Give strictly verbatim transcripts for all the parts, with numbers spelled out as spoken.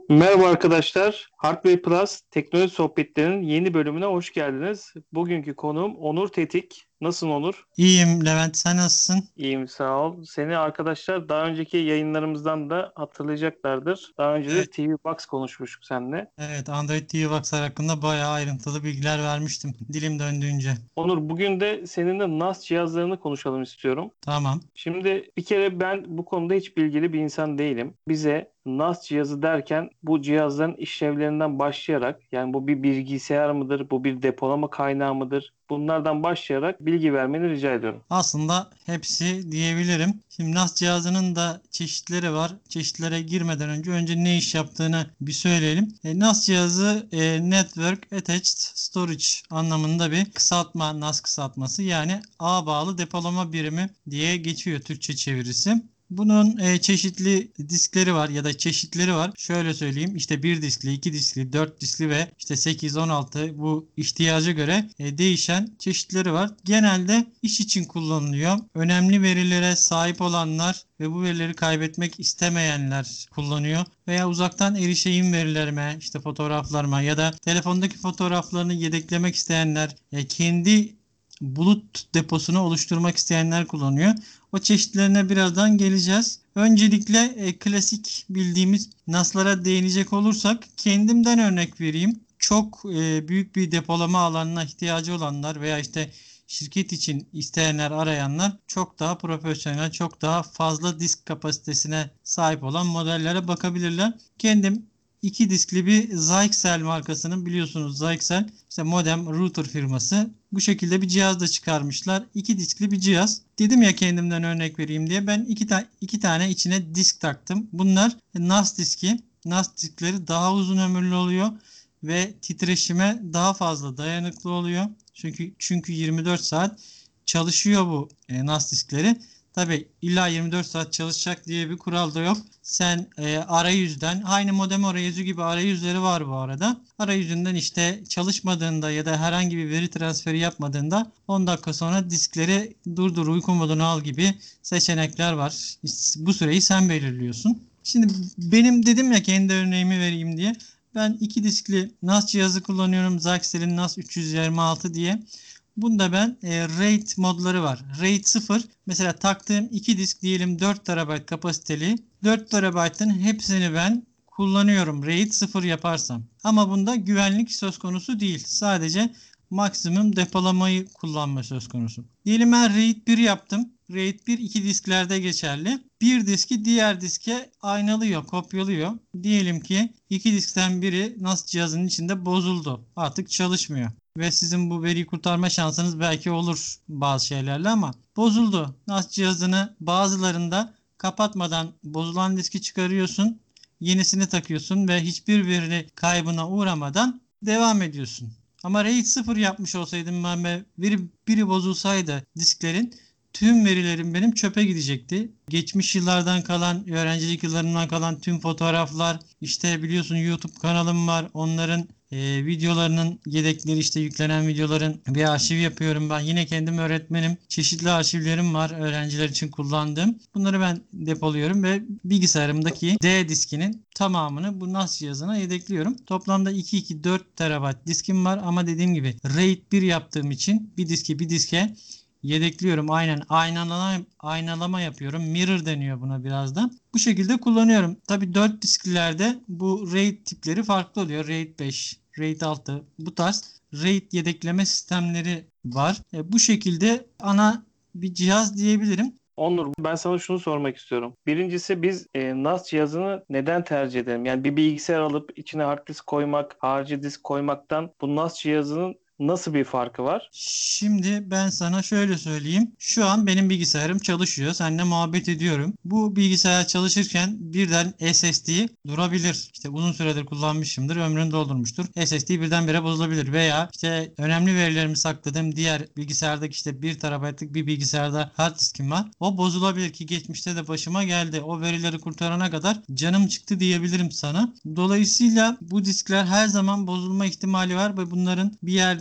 Merhaba arkadaşlar. Hardware Plus teknoloji sohbetlerinin yeni bölümüne hoş geldiniz. Bugünkü konuğum Onur Tetik. Nasılsın Onur? İyiyim Levent, sen nasılsın? İyiyim sağ ol. Seni arkadaşlar daha önceki yayınlarımızdan da hatırlayacaklardır. Daha önce de Evet, T V Box konuşmuştuk seninle. evet Android T V Boxer hakkında bayağı ayrıntılı bilgiler vermiştim dilim döndüğünce. Onur bugün de seninle N A S cihazlarını konuşalım istiyorum. Tamam. Şimdi bir kere ben bu konuda hiç bilgili bir insan değilim. Bize N A S cihazı derken bu cihazların işlevlerinden başlayarak yani bu bir bilgisayar mıdır, bu bir depolama kaynağı mıdır? Bunlardan başlayarak bilgi vermeni rica ediyorum. Aslında hepsi diyebilirim. Şimdi N A S cihazının da çeşitleri var. Çeşitlere girmeden önce önce ne iş yaptığını bir söyleyelim. E, N A S cihazı e, Network Attached Storage anlamında bir kısaltma, N A S kısaltması yani ağ bağlı depolama birimi diye geçiyor Türkçe çevirisi. Bunun e, çeşitli diskleri var ya da çeşitleri var. Şöyle söyleyeyim işte bir diskli, iki diskli, dört diskli ve işte sekiz, on altı bu ihtiyaca göre e, değişen çeşitleri var. Genelde iş için kullanılıyor. Önemli verilere sahip olanlar ve bu verileri kaybetmek istemeyenler kullanıyor. Veya uzaktan erişeyim verilerime, işte fotoğraflarıma ya da telefondaki fotoğraflarını yedeklemek isteyenler, e, kendi bulut deposunu oluşturmak isteyenler kullanıyor. O çeşitlerine birazdan geleceğiz. Öncelikle e, klasik bildiğimiz N A S'lara değinecek olursak kendimden örnek vereyim. Çok e, büyük bir depolama alanına ihtiyacı olanlar veya işte şirket için isteyenler, arayanlar çok daha profesyonel, çok daha fazla disk kapasitesine sahip olan modellere bakabilirler. Kendim iki diskli bir Zyxel markasının biliyorsunuz Zyxel işte modem router firması bu şekilde bir cihaz da çıkarmışlar. İki diskli bir cihaz. Dedim ya kendimden örnek vereyim diye ben iki, ta- iki tane içine disk taktım. Bunlar N A S diski. N A S diskleri daha uzun ömürlü oluyor ve titreşime daha fazla dayanıklı oluyor. Çünkü çünkü yirmi dört saat çalışıyor bu e, N A S diskleri. Tabi illa yirmi dört saat çalışacak diye bir kural da yok. Sen e, arayüzden aynı modem arayüzü gibi arayüzleri var bu arada. Arayüzünden işte çalışmadığında ya da herhangi bir veri transferi yapmadığında on dakika sonra diskleri durdur uyku modunu al gibi seçenekler var. Bu süreyi sen belirliyorsun. Şimdi benim dedim ya kendi örneğimi vereyim diye. Ben iki diskli N A S cihazı kullanıyorum. Zyxel'in N A S üç yüz yirmi altı diye. Bunda ben e, RAID modları var. RAID sıfır. Mesela taktığım iki disk diyelim dört terabayt kapasiteli. dört terabaytın hepsini ben kullanıyorum. RAID sıfır yaparsam. Ama bunda güvenlik söz konusu değil. Sadece maksimum depolamayı kullanma söz konusu. Diyelim ben RAID bir yaptım. RAID bir iki disklerde geçerli. Bir diski diğer diske aynalıyor, kopyalıyor. Diyelim ki iki diskten biri N A S cihazının içinde bozuldu. Artık çalışmıyor ve sizin bu veriyi kurtarma şansınız belki olur bazı şeylerle ama bozuldu. N A S cihazını bazılarında kapatmadan bozulan diski çıkarıyorsun, yenisini takıyorsun ve hiçbir veri kaybına uğramadan devam ediyorsun. Ama RAID sıfır yapmış olsaydım ben ve biri, biri bozulsaydı disklerin tüm verilerim benim çöpe gidecekti. Geçmiş yıllardan kalan, öğrencilik yıllarından kalan tüm fotoğraflar, işte biliyorsun YouTube kanalım var. Onların e, videolarının yedekleri işte yüklenen videoların bir arşiv yapıyorum ben. Yine kendim öğretmenim. Çeşitli arşivlerim var öğrenciler için kullandığım. Bunları ben depoluyorum ve bilgisayarımdaki D diskinin tamamını bu N A S cihazına yedekliyorum. Toplamda iki iki dört terabayt diskim var ama dediğim gibi RAID bir yaptığım için bir diski bir diske yedekliyorum. Aynen aynalama, aynalama yapıyorum. Mirror deniyor buna biraz da. Bu şekilde kullanıyorum. Tabii dört disklilerde bu RAID tipleri farklı oluyor. RAID beş, RAID altı bu tarz RAID yedekleme sistemleri var. E, bu şekilde ana bir cihaz diyebilirim. Onur, ben sana şunu sormak istiyorum. Birincisi biz e, N A S cihazını neden tercih edelim? Yani bir bilgisayar alıp içine hard disk koymak, harici disk koymaktan bu N A S cihazının nasıl bir farkı var? Şimdi ben sana şöyle söyleyeyim. Şu an benim bilgisayarım çalışıyor. Seninle muhabbet ediyorum. Bu bilgisayar çalışırken birden S S D durabilir. İşte uzun süredir kullanmışımdır. Ömrünü doldurmuştur. S S D birdenbire bozulabilir. Veya işte önemli verilerimi sakladığım diğer bilgisayardaki işte bir terabaytlık bir bilgisayarda hard diskim var. O bozulabilir ki geçmişte de başıma geldi. O verileri kurtarana kadar canım çıktı diyebilirim sana. Dolayısıyla bu diskler her zaman bozulma ihtimali var ve bunların bir yerde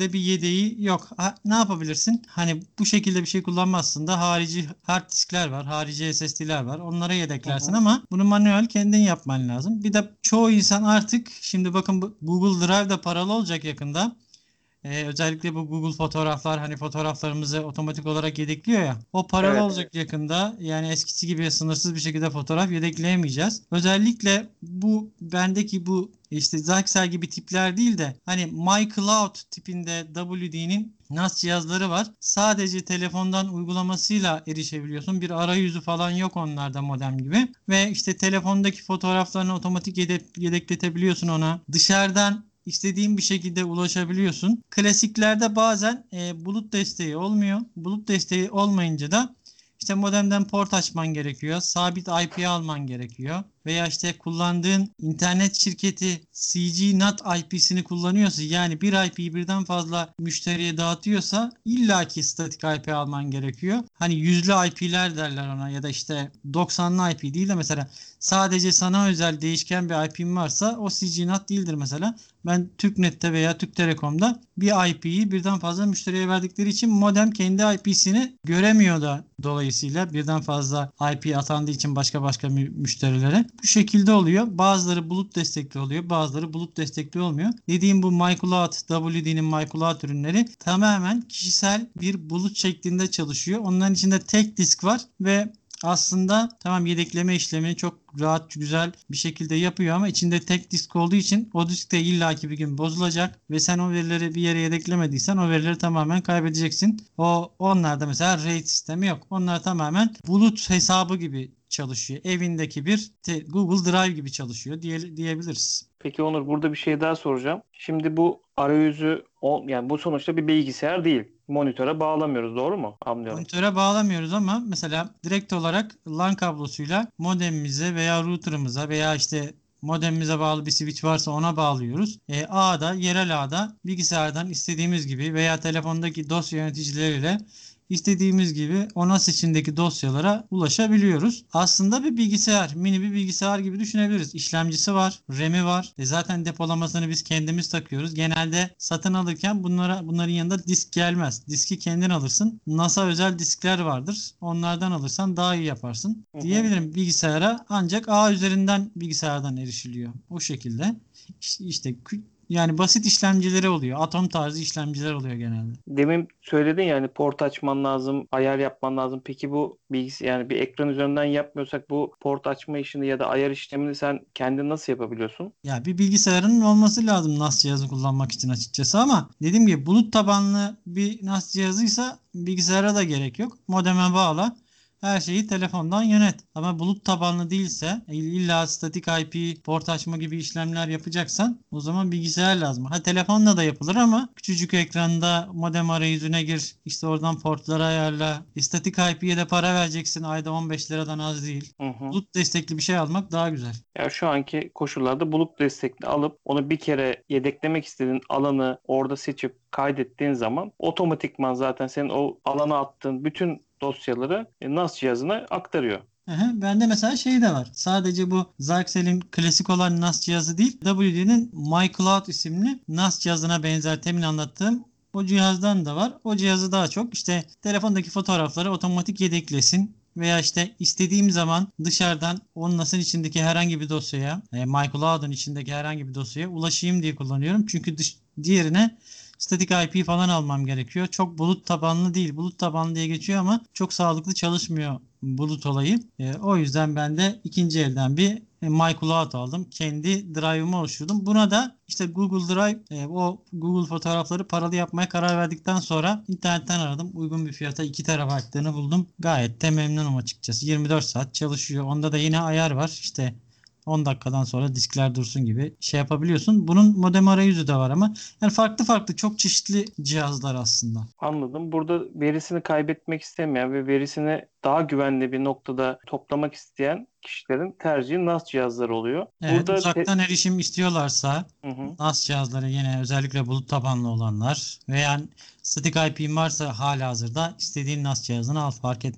böyle bir yedeği yok. Ha, ne yapabilirsin? Hani bu şekilde bir şey kullanmazsın da harici hard diskler var, harici S S D'ler var. Onlara Hı yedeklersin hı. ama bunu manuel kendin yapman lazım. Bir de çoğu insan artık şimdi bakın bu Google Drive da paralı olacak yakında. Ee, özellikle bu Google fotoğraflar hani fotoğraflarımızı otomatik olarak yedekliyor ya. O paralı Evet. olacak yakında. Yani eskisi gibi sınırsız bir şekilde fotoğraf yedekleyemeyeceğiz. Özellikle bu bendeki bu işte Zaxel gibi tipler değil de hani MyCloud tipinde W D'nin NAS cihazları var. Sadece telefondan uygulamasıyla erişebiliyorsun. Bir arayüzü falan yok onlarda modem gibi. Ve işte telefondaki fotoğraflarını otomatik yedek, yedekletebiliyorsun ona. Dışarıdan İstediğin bir şekilde ulaşabiliyorsun. Klasiklerde bazen e, bulut desteği olmuyor. Bulut desteği olmayınca da işte modemden port açman gerekiyor. Sabit I P alman gerekiyor. Veya işte kullandığın internet şirketi C G NAT I P'sini kullanıyorsa yani bir I P'yi birden fazla müşteriye dağıtıyorsa illaki statik I P alman gerekiyor. Hani yüzlü I P'ler derler ona ya da işte doksanlı I P değil de mesela sadece sana özel değişken bir I P'm varsa o C G NAT değildir mesela. Ben TürkNet'te veya Türk Telekom'da bir I P'yi birden fazla müşteriye verdikleri için modem kendi I P'sini göremiyor da dolayısıyla birden fazla I P atandığı için başka başka müşterilere. Bu şekilde oluyor. Bazıları bulut destekli oluyor. Bazıları bulut destekli olmuyor. Dediğim bu MyCloud, W D'nin MyCloud ürünleri tamamen kişisel bir bulut şeklinde çalışıyor. Onların içinde tek disk var ve aslında tamam yedekleme işlemini çok rahat güzel bir şekilde yapıyor ama içinde tek disk olduğu için o disk de illaki bir gün bozulacak ve sen o verileri bir yere yedeklemediysen o verileri tamamen kaybedeceksin. O onlarda mesela RAID sistemi yok. Onlar tamamen bulut hesabı gibi çalışıyor. Evindeki bir Google Drive gibi çalışıyor diye, diyebiliriz. Peki Onur, burada bir şey daha soracağım. Şimdi bu arayüzü o, yani bu sonuçta bir bilgisayar değil. Monitöre bağlamıyoruz, doğru mu? Anlıyorum. Monitöre bağlamıyoruz ama mesela direkt olarak LAN kablosuyla modemimize veya router'ımıza veya işte modemimize bağlı bir switch varsa ona bağlıyoruz. E, A'da, yerel A'da bilgisayardan istediğimiz gibi veya telefondaki dosya yöneticileriyle istediğimiz gibi o NAS içindeki dosyalara ulaşabiliyoruz. Aslında bir bilgisayar, mini bir bilgisayar gibi düşünebiliriz. İşlemcisi var, RAM'i var. E zaten depolamasını biz kendimiz takıyoruz. Genelde satın alırken bunlara bunların yanında disk gelmez. Diski kendin alırsın. NAS'a özel diskler vardır. Onlardan alırsan daha iyi yaparsın. Hı hı. Diyebilirim bilgisayara ancak ağ üzerinden bilgisayardan erişiliyor. O şekilde. İşte, işte yani basit işlemcileri oluyor. Atom tarzı işlemciler oluyor genelde. Demin söyledin yani port açman lazım, ayar yapman lazım. Peki bu bilgisayar yani bir ekran üzerinden yapmıyorsak bu port açma işini ya da ayar işlemini sen kendin nasıl yapabiliyorsun? Ya bir bilgisayarın olması lazım NAS cihazı kullanmak için açıkçası ama dediğim gibi bulut tabanlı bir NAS cihazıysa bilgisayara da gerek yok. Modeme bağla. Her şeyi telefondan yönet. Ama bulut tabanlı değilse illa statik I P port açma gibi işlemler yapacaksan o zaman bilgisayar lazım. Ha telefonla da yapılır ama küçücük ekranda modem arayüzüne gir. İşte oradan portları ayarla. Statik I P'ye de para vereceksin. Ayda on beş liradan az değil. Hı hı. Bulut destekli bir şey almak daha güzel. Ya şu anki koşullarda bulut destekli alıp onu bir kere yedeklemek istediğin alanı orada seçip kaydettiğin zaman otomatikman zaten senin o alana attığın bütün dosyaları e, NAS cihazına aktarıyor. Aha, bende mesela şey de var. Sadece bu Zarxel'in klasik olan NAS cihazı değil, W D'nin MyCloud isimli NAS cihazına benzer temin anlattığım o cihazdan da var. O cihazı daha çok işte telefondaki fotoğrafları otomatik yedeklesin veya işte istediğim zaman dışarıdan o NAS'ın içindeki herhangi bir dosyaya, e, MyCloud'un içindeki herhangi bir dosyaya ulaşayım diye kullanıyorum. Çünkü dış, diğerine statik I P falan almam gerekiyor. Çok bulut tabanlı değil. Bulut tabanlı diye geçiyor ama çok sağlıklı çalışmıyor bulut olayı. E, o yüzden ben de ikinci elden bir e, MyCloud aldım. Kendi drive'ımı oluşturdum. Buna da işte Google Drive e, o Google fotoğrafları paralı yapmaya karar verdikten sonra internetten aradım. Uygun bir fiyata iki terabayt'lığını buldum. Gayet de memnunum açıkçası. yirmi dört saat çalışıyor. Onda da yine ayar var. İşte on dakikadan sonra diskler dursun gibi şey yapabiliyorsun. Bunun modem arayüzü de var ama yani farklı farklı çok çeşitli cihazlar aslında. Anladım. Burada verisini kaybetmek istemeyen ve verisini daha güvenli bir noktada toplamak isteyen kişilerin tercihi NAS cihazları oluyor. Evet, Burada te- uzaktan erişim istiyorlarsa Hı hı. NAS cihazları yine özellikle bulut tabanlı olanlar veya statik I P'in varsa halihazırda istediğin NAS cihazını al fark etmez.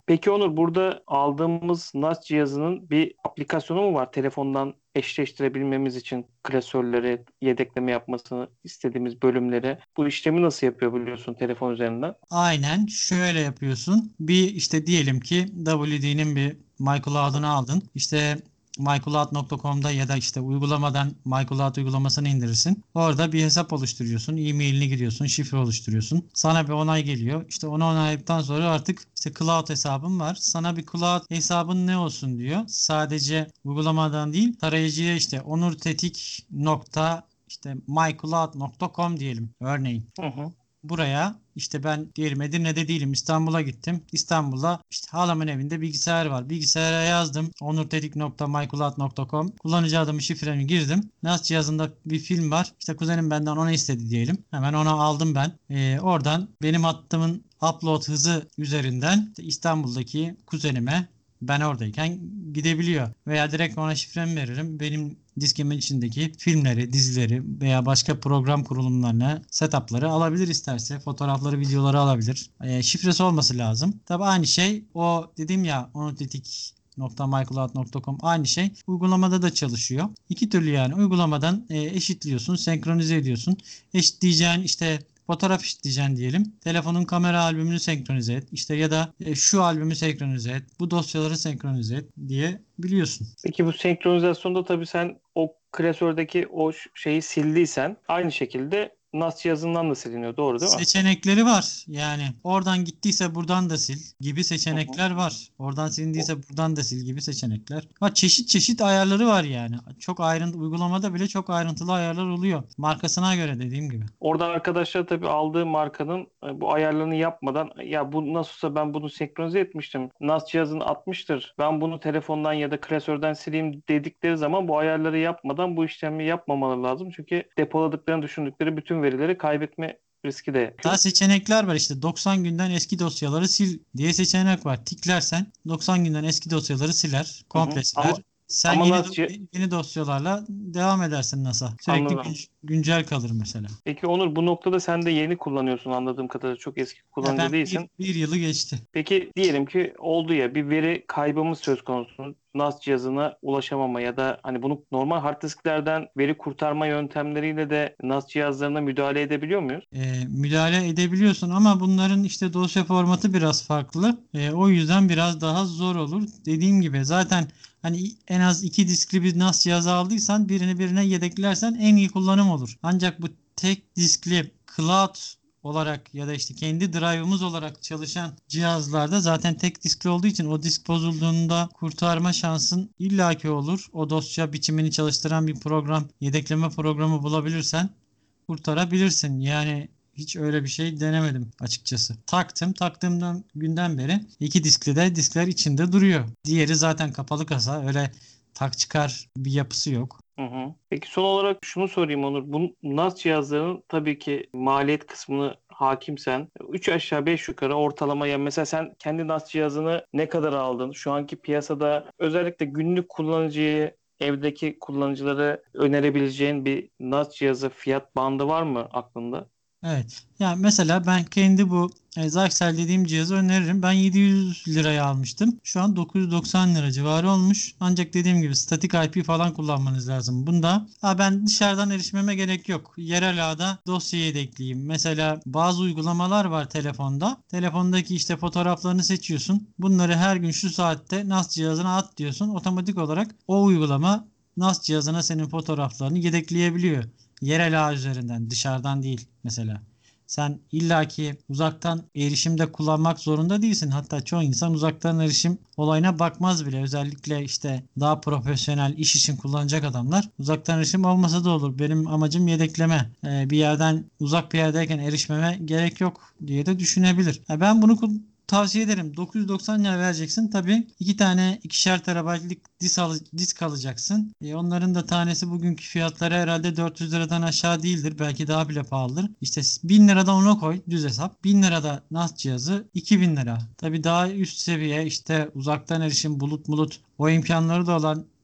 Peki Onur, burada aldığımız NAS cihazının bir aplikasyonu mu var? Telefondan eşleştirebilmemiz için klasörleri, yedekleme yapmasını istediğimiz bölümleri. Bu işlemi nasıl yapıyor biliyorsun telefon üzerinden? Aynen şöyle yapıyorsun. Bir işte diyelim ki W D'nin bir MyCloud'unu aldın. İşte my cloud nokta com'da ya da işte uygulamadan MyCloud uygulamasını indirirsin. Orada bir hesap oluşturuyorsun. E-mailini giriyorsun. Şifre oluşturuyorsun. Sana bir onay geliyor. İşte onu onayladıktan sonra artık işte cloud hesabın var. Sana bir cloud hesabın ne olsun diyor. Sadece uygulamadan değil, tarayıcıya işte onurtetik nokta işte my cloud nokta com diyelim örneğin. Hı hı. Buraya işte ben diyelim Edirne'de değilim, İstanbul'a gittim. İstanbul'da işte halamın evinde bilgisayar var. Bilgisayara yazdım onurtetik nokta my cloud nokta com. Kullanıcı adımı, şifremi girdim. NAS cihazında bir film var. İşte kuzenim benden onu istedi diyelim. Hemen onu aldım ben. Ee, oradan benim hattımın upload hızı üzerinden işte İstanbul'daki kuzenime ben oradayken gidebiliyor. Veya direkt ona şifremi veririm. Benim diskimin içindeki filmleri, dizileri veya başka program kurulumlarını, setup'ları alabilir isterse. Fotoğrafları, videoları alabilir. E, şifresi olması lazım. Tabi aynı şey o dedim ya onurtetik nokta my cloud nokta com aynı şey uygulamada da çalışıyor. İki türlü yani uygulamadan e, eşitliyorsun, senkronize ediyorsun. Eşitleyeceğin işte fotoğraf işleyeceksin diyelim. Telefonun kamera albümünü senkronize et. İşte ya da e, şu albümü senkronize et. Bu dosyaları senkronize et diye biliyorsun. Peki bu senkronizasyonda tabii sen o klasördeki o ş- şeyi sildiysen aynı şekilde NAS cihazından da siliniyor. Doğru değil mi? Seçenekleri var. Yani oradan gittiyse buradan da sil gibi Hı hı. seçenekler var. Oradan O- silindiyse buradan da sil gibi seçenekler. Var çeşit çeşit ayarları var yani. Çok ayrıntı uygulamada bile çok ayrıntılı ayarlar oluyor. Markasına göre dediğim gibi. Orada arkadaşlar tabii aldığı markanın e, bu ayarlarını yapmadan ya bu nasılsa ben bunu senkronize etmiştim. NAS cihazını atmıştır. Ben bunu telefondan ya da klasörden sileyim dedikleri zaman bu ayarları yapmadan bu işlemi yapmamaları lazım. Çünkü depoladıklarını düşündükleri bütün verileri kaybetme riski de Daha yapıyor. seçenekler var işte doksan günden eski dosyaları sil diye seçenek var. Tiklersen doksan günden eski dosyaları siler, Hı hı. komple siler. Ama Sen ama yeni NAS cih- do- yeni dosyalarla devam edersin NASA. Sürekli gün- anladım. güncel kalır mesela. Peki Onur, bu noktada sen de yeni kullanıyorsun anladığım kadarıyla, çok eski Ya kullanıcı ben bir, değilsin. bir yılı geçti. Peki diyelim ki oldu ya bir veri kaybımız söz konusu. NAS cihazına ulaşamama ya da hani bunu normal hard disklerden veri kurtarma yöntemleriyle de NAS cihazlarına müdahale edebiliyor muyuz? E, müdahale edebiliyorsun ama bunların işte dosya formatı biraz farklı. E, o yüzden biraz daha zor olur. Dediğim gibi zaten hani en az iki diskli bir NAS cihazı aldıysan birini birine yedeklersen en iyi kullanım olur. Ancak bu tek diskli cloud olarak ya da işte kendi drive'ımız olarak çalışan cihazlarda zaten tek diskli olduğu için o disk bozulduğunda kurtarma şansın illaki olur. O dosya biçimini çalıştıran bir program, yedekleme programı bulabilirsen kurtarabilirsin. Yani hiç öyle bir şey denemedim açıkçası. Taktım. Taktığımdan günden beri iki diskli de diskler içinde duruyor. Diğeri zaten kapalı kasa. Öyle tak çıkar bir yapısı yok. Hı hı. Peki son olarak şunu sorayım Onur. Bu NAS cihazlarının tabii ki maliyet kısmını hakimsen üç aşağı beş yukarı ortalama ya mesela sen kendi NAS cihazını ne kadar aldın? Şu anki piyasada özellikle günlük kullanıcıyı evdeki kullanıcıları önerebileceğin bir NAS cihazı fiyat bandı var mı aklında? Evet. Yani mesela ben kendi bu e, Zyxel dediğim cihazı öneririm. Ben yedi yüz liraya almıştım. Şu an dokuz yüz doksan lira civarı olmuş. Ancak dediğim gibi statik I P falan kullanmanız lazım. Bunda ha ben dışarıdan erişmeme gerek yok. Yerel ağda dosyayı da ekleyeyim. Mesela bazı uygulamalar var telefonda. Telefondaki işte fotoğraflarını seçiyorsun. Bunları her gün şu saatte NAS cihazına at diyorsun. Otomatik olarak o uygulama NAS cihazına senin fotoğraflarını yedekleyebiliyor. Yerel ağ üzerinden, dışarıdan değil mesela. Sen illaki uzaktan erişimde kullanmak zorunda değilsin. Hatta çoğu insan uzaktan erişim olayına bakmaz bile. Özellikle işte daha profesyonel iş için kullanacak adamlar uzaktan erişim olmasa da olur. Benim amacım yedekleme. Ee, bir yerden uzak bir yerdeyken erişmeme gerek yok diye de düşünebilir. Ya ben bunu tavsiye ederim. dokuz yüz doksan lira vereceksin. Tabii iki tane ikişer terabaytlık disk, al disk alacaksın. E, onların da tanesi bugünkü fiyatları herhalde dört yüz liradan aşağı değildir. Belki daha bile pahalıdır. İşte bin liradan ona koy düz hesap. bin lirada NAS cihazı iki bin lira. Tabii daha üst seviye işte uzaktan erişim bulut bulut o imkanları da olan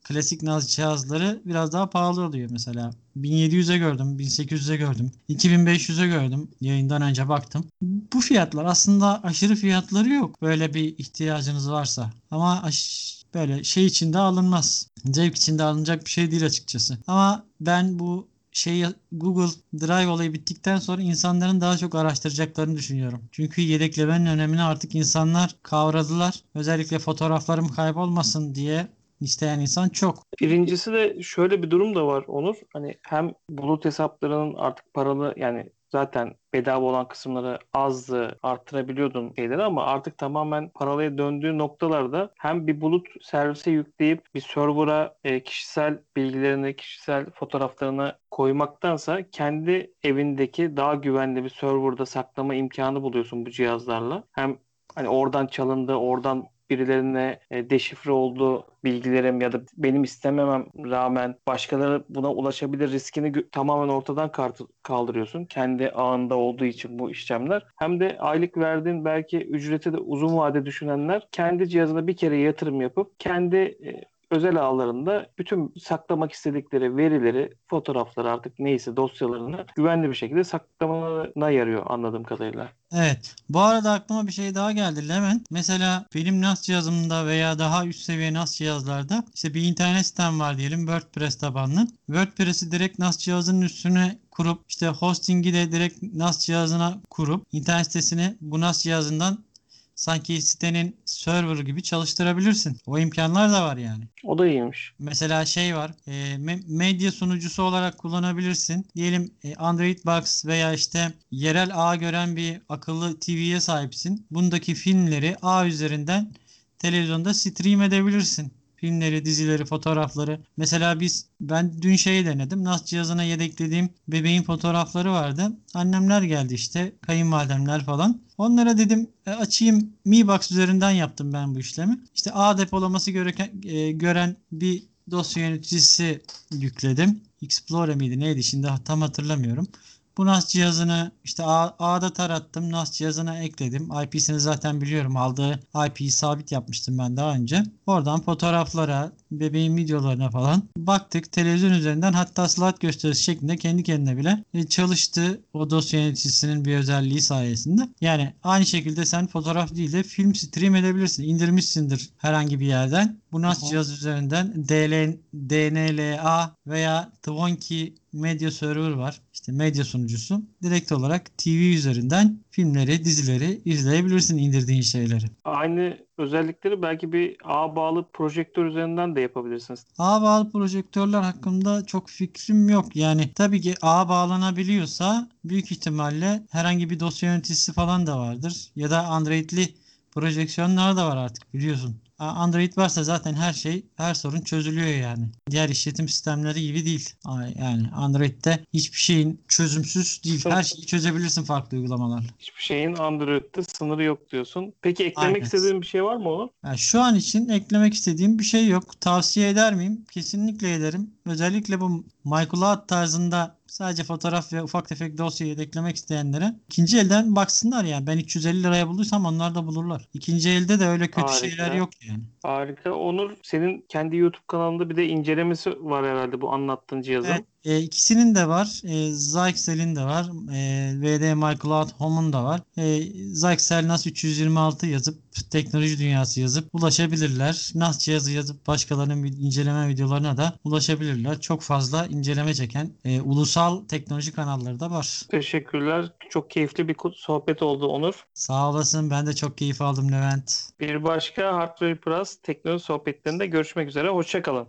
klasik NAS cihazları biraz daha pahalı oluyor mesela. bin yedi yüze gördüm, bin sekiz yüze gördüm, iki bin beş yüze gördüm. Yayından önce baktım. Bu fiyatlar aslında aşırı fiyatları yok. Böyle bir ihtiyacınız varsa. Ama aş- böyle şey içinde alınmaz. Zevk içinde alınacak bir şey değil açıkçası. Ama ben bu şey Google Drive olayı bittikten sonra insanların daha çok araştıracaklarını düşünüyorum. Çünkü yedeklemenin önemini artık insanlar kavradılar. Özellikle fotoğraflarım kaybolmasın diye isteyen insan çok. Birincisi de şöyle bir durum da var Onur. Hani hem bulut hesaplarının artık paralı, yani zaten bedava olan kısımları azdı, arttırabiliyordun şeyleri, ama artık tamamen paralıya döndüğü noktalarda hem bir bulut servise yükleyip bir server'a e, kişisel bilgilerini, kişisel fotoğraflarını koymaktansa kendi evindeki daha güvenli bir serverda saklama imkanı buluyorsun bu cihazlarla. Hem hani oradan çalındı, oradan birilerine e, deşifre oldu bilgilerim ya da benim istememem rağmen başkaları buna ulaşabilir riskini gö- tamamen ortadan kart- kaldırıyorsun. Kendi ağında olduğu için bu işlemler. Hem de aylık verdiğin belki ücreti de uzun vade düşünenler kendi cihazına bir kere yatırım yapıp kendi e, özel ağlarında bütün saklamak istedikleri verileri, fotoğrafları, artık neyse dosyalarını güvenli bir şekilde saklamalarına yarıyor anladığım kadarıyla. Evet. Bu arada aklıma bir şey daha geldi Levent. Mesela benim NAS cihazımda veya daha üst seviye NAS cihazlarda işte bir internet sitem var diyelim, WordPress tabanlı. WordPress'i direkt NAS cihazının üstüne kurup işte hosting'i de direkt NAS cihazına kurup internet sitesini bu NAS cihazından sanki sitenin server gibi çalıştırabilirsin. O imkanlar da var yani. O da iyiymiş. Mesela şey var, e, me- medya sunucusu olarak kullanabilirsin. Diyelim e, Android Box veya işte yerel ağ gören bir akıllı T V'ye sahipsin. Bundaki filmleri ağ üzerinden televizyonda stream edebilirsin. Filmleri, dizileri, fotoğrafları. Mesela biz ben dün şeyi denedim. NAS cihazına yedeklediğim bebeğin fotoğrafları vardı. Annemler geldi işte, kayınvalidemler falan. Onlara dedim e, açayım, Mi Box üzerinden yaptım ben bu işlemi. İşte ağ depolaması göreken, e, gören bir dosya yöneticisi yükledim. Explorer miydi neydi şimdi tam hatırlamıyorum. Bu NAS cihazını işte ağ, ağda tarattım. NAS cihazına ekledim. I P'sini zaten biliyorum. Aldığı I P'yi sabit yapmıştım ben daha önce. Oradan fotoğraflara, bebeğin videolarına falan baktık. Televizyon üzerinden hatta slide gösterisi şeklinde kendi kendine bile e, çalıştı. O dosya yöneticisinin bir özelliği sayesinde. Yani aynı şekilde sen fotoğraf değil de film stream edebilirsin. İndirmişsindir herhangi bir yerden. Bu Hı NAS hı. cihaz üzerinden D L, D N L A veya Twonky Medya Server var. İşte medya sunucusu. Direkt olarak T V üzerinden filmleri, dizileri izleyebilirsin, indirdiğin şeyleri. Aynı özellikleri belki bir ağ bağlı projektör üzerinden de yapabilirsiniz. Ağ bağlı projektörler hakkında çok fikrim yok. Yani tabii ki ağa bağlanabiliyorsa büyük ihtimalle herhangi bir dosya yöneticisi falan da vardır. Ya da Android'li projeksiyonlar da var artık biliyorsun. A- Android varsa zaten her şey, her sorun çözülüyor yani. Diğer işletim sistemleri gibi değil. A- Yani Android'de hiçbir şeyin çözümsüz değil. Her Sın- şeyi çözebilirsin farklı uygulamalarla. Hiçbir şeyin Android'de sınırı yok diyorsun. Peki eklemek Aynen. istediğin bir şey var mı Onur? Yani şu an için eklemek istediğim bir şey yok. Tavsiye eder miyim? Kesinlikle ederim. Özellikle bu MyCloud tarzında sadece fotoğraf ve ufak tefek dosya yedeklemek isteyenlere ikinci elden baksınlar yani. Ben üç yüz elli liraya bulduysam onlar da bulurlar. İkinci elde de öyle kötü şeyler Harika. yok yani. Harika. Onur, senin kendi YouTube kanalında bir de incelemesi var herhalde bu anlattığın Evet, cihazın. e, ikisinin de var. E, Zyxel'in de var. E, V D My Cloud Home'un da var. E, Zyxel NAS üç yüz yirmi altı yazıp teknoloji dünyası yazıp ulaşabilirler. NAS cihazı yazıp başkalarının bir inceleme videolarına da ulaşabilirler. Çok fazla inceleme çeken e, ulusal teknoloji kanalları da var. Teşekkürler. Çok keyifli bir ku- sohbet oldu Onur. Sağ olasın. Ben de çok keyif aldım Levent. Bir başka Hardware Plus teknoloji sohbetlerinde görüşmek üzere. Hoşça kalın.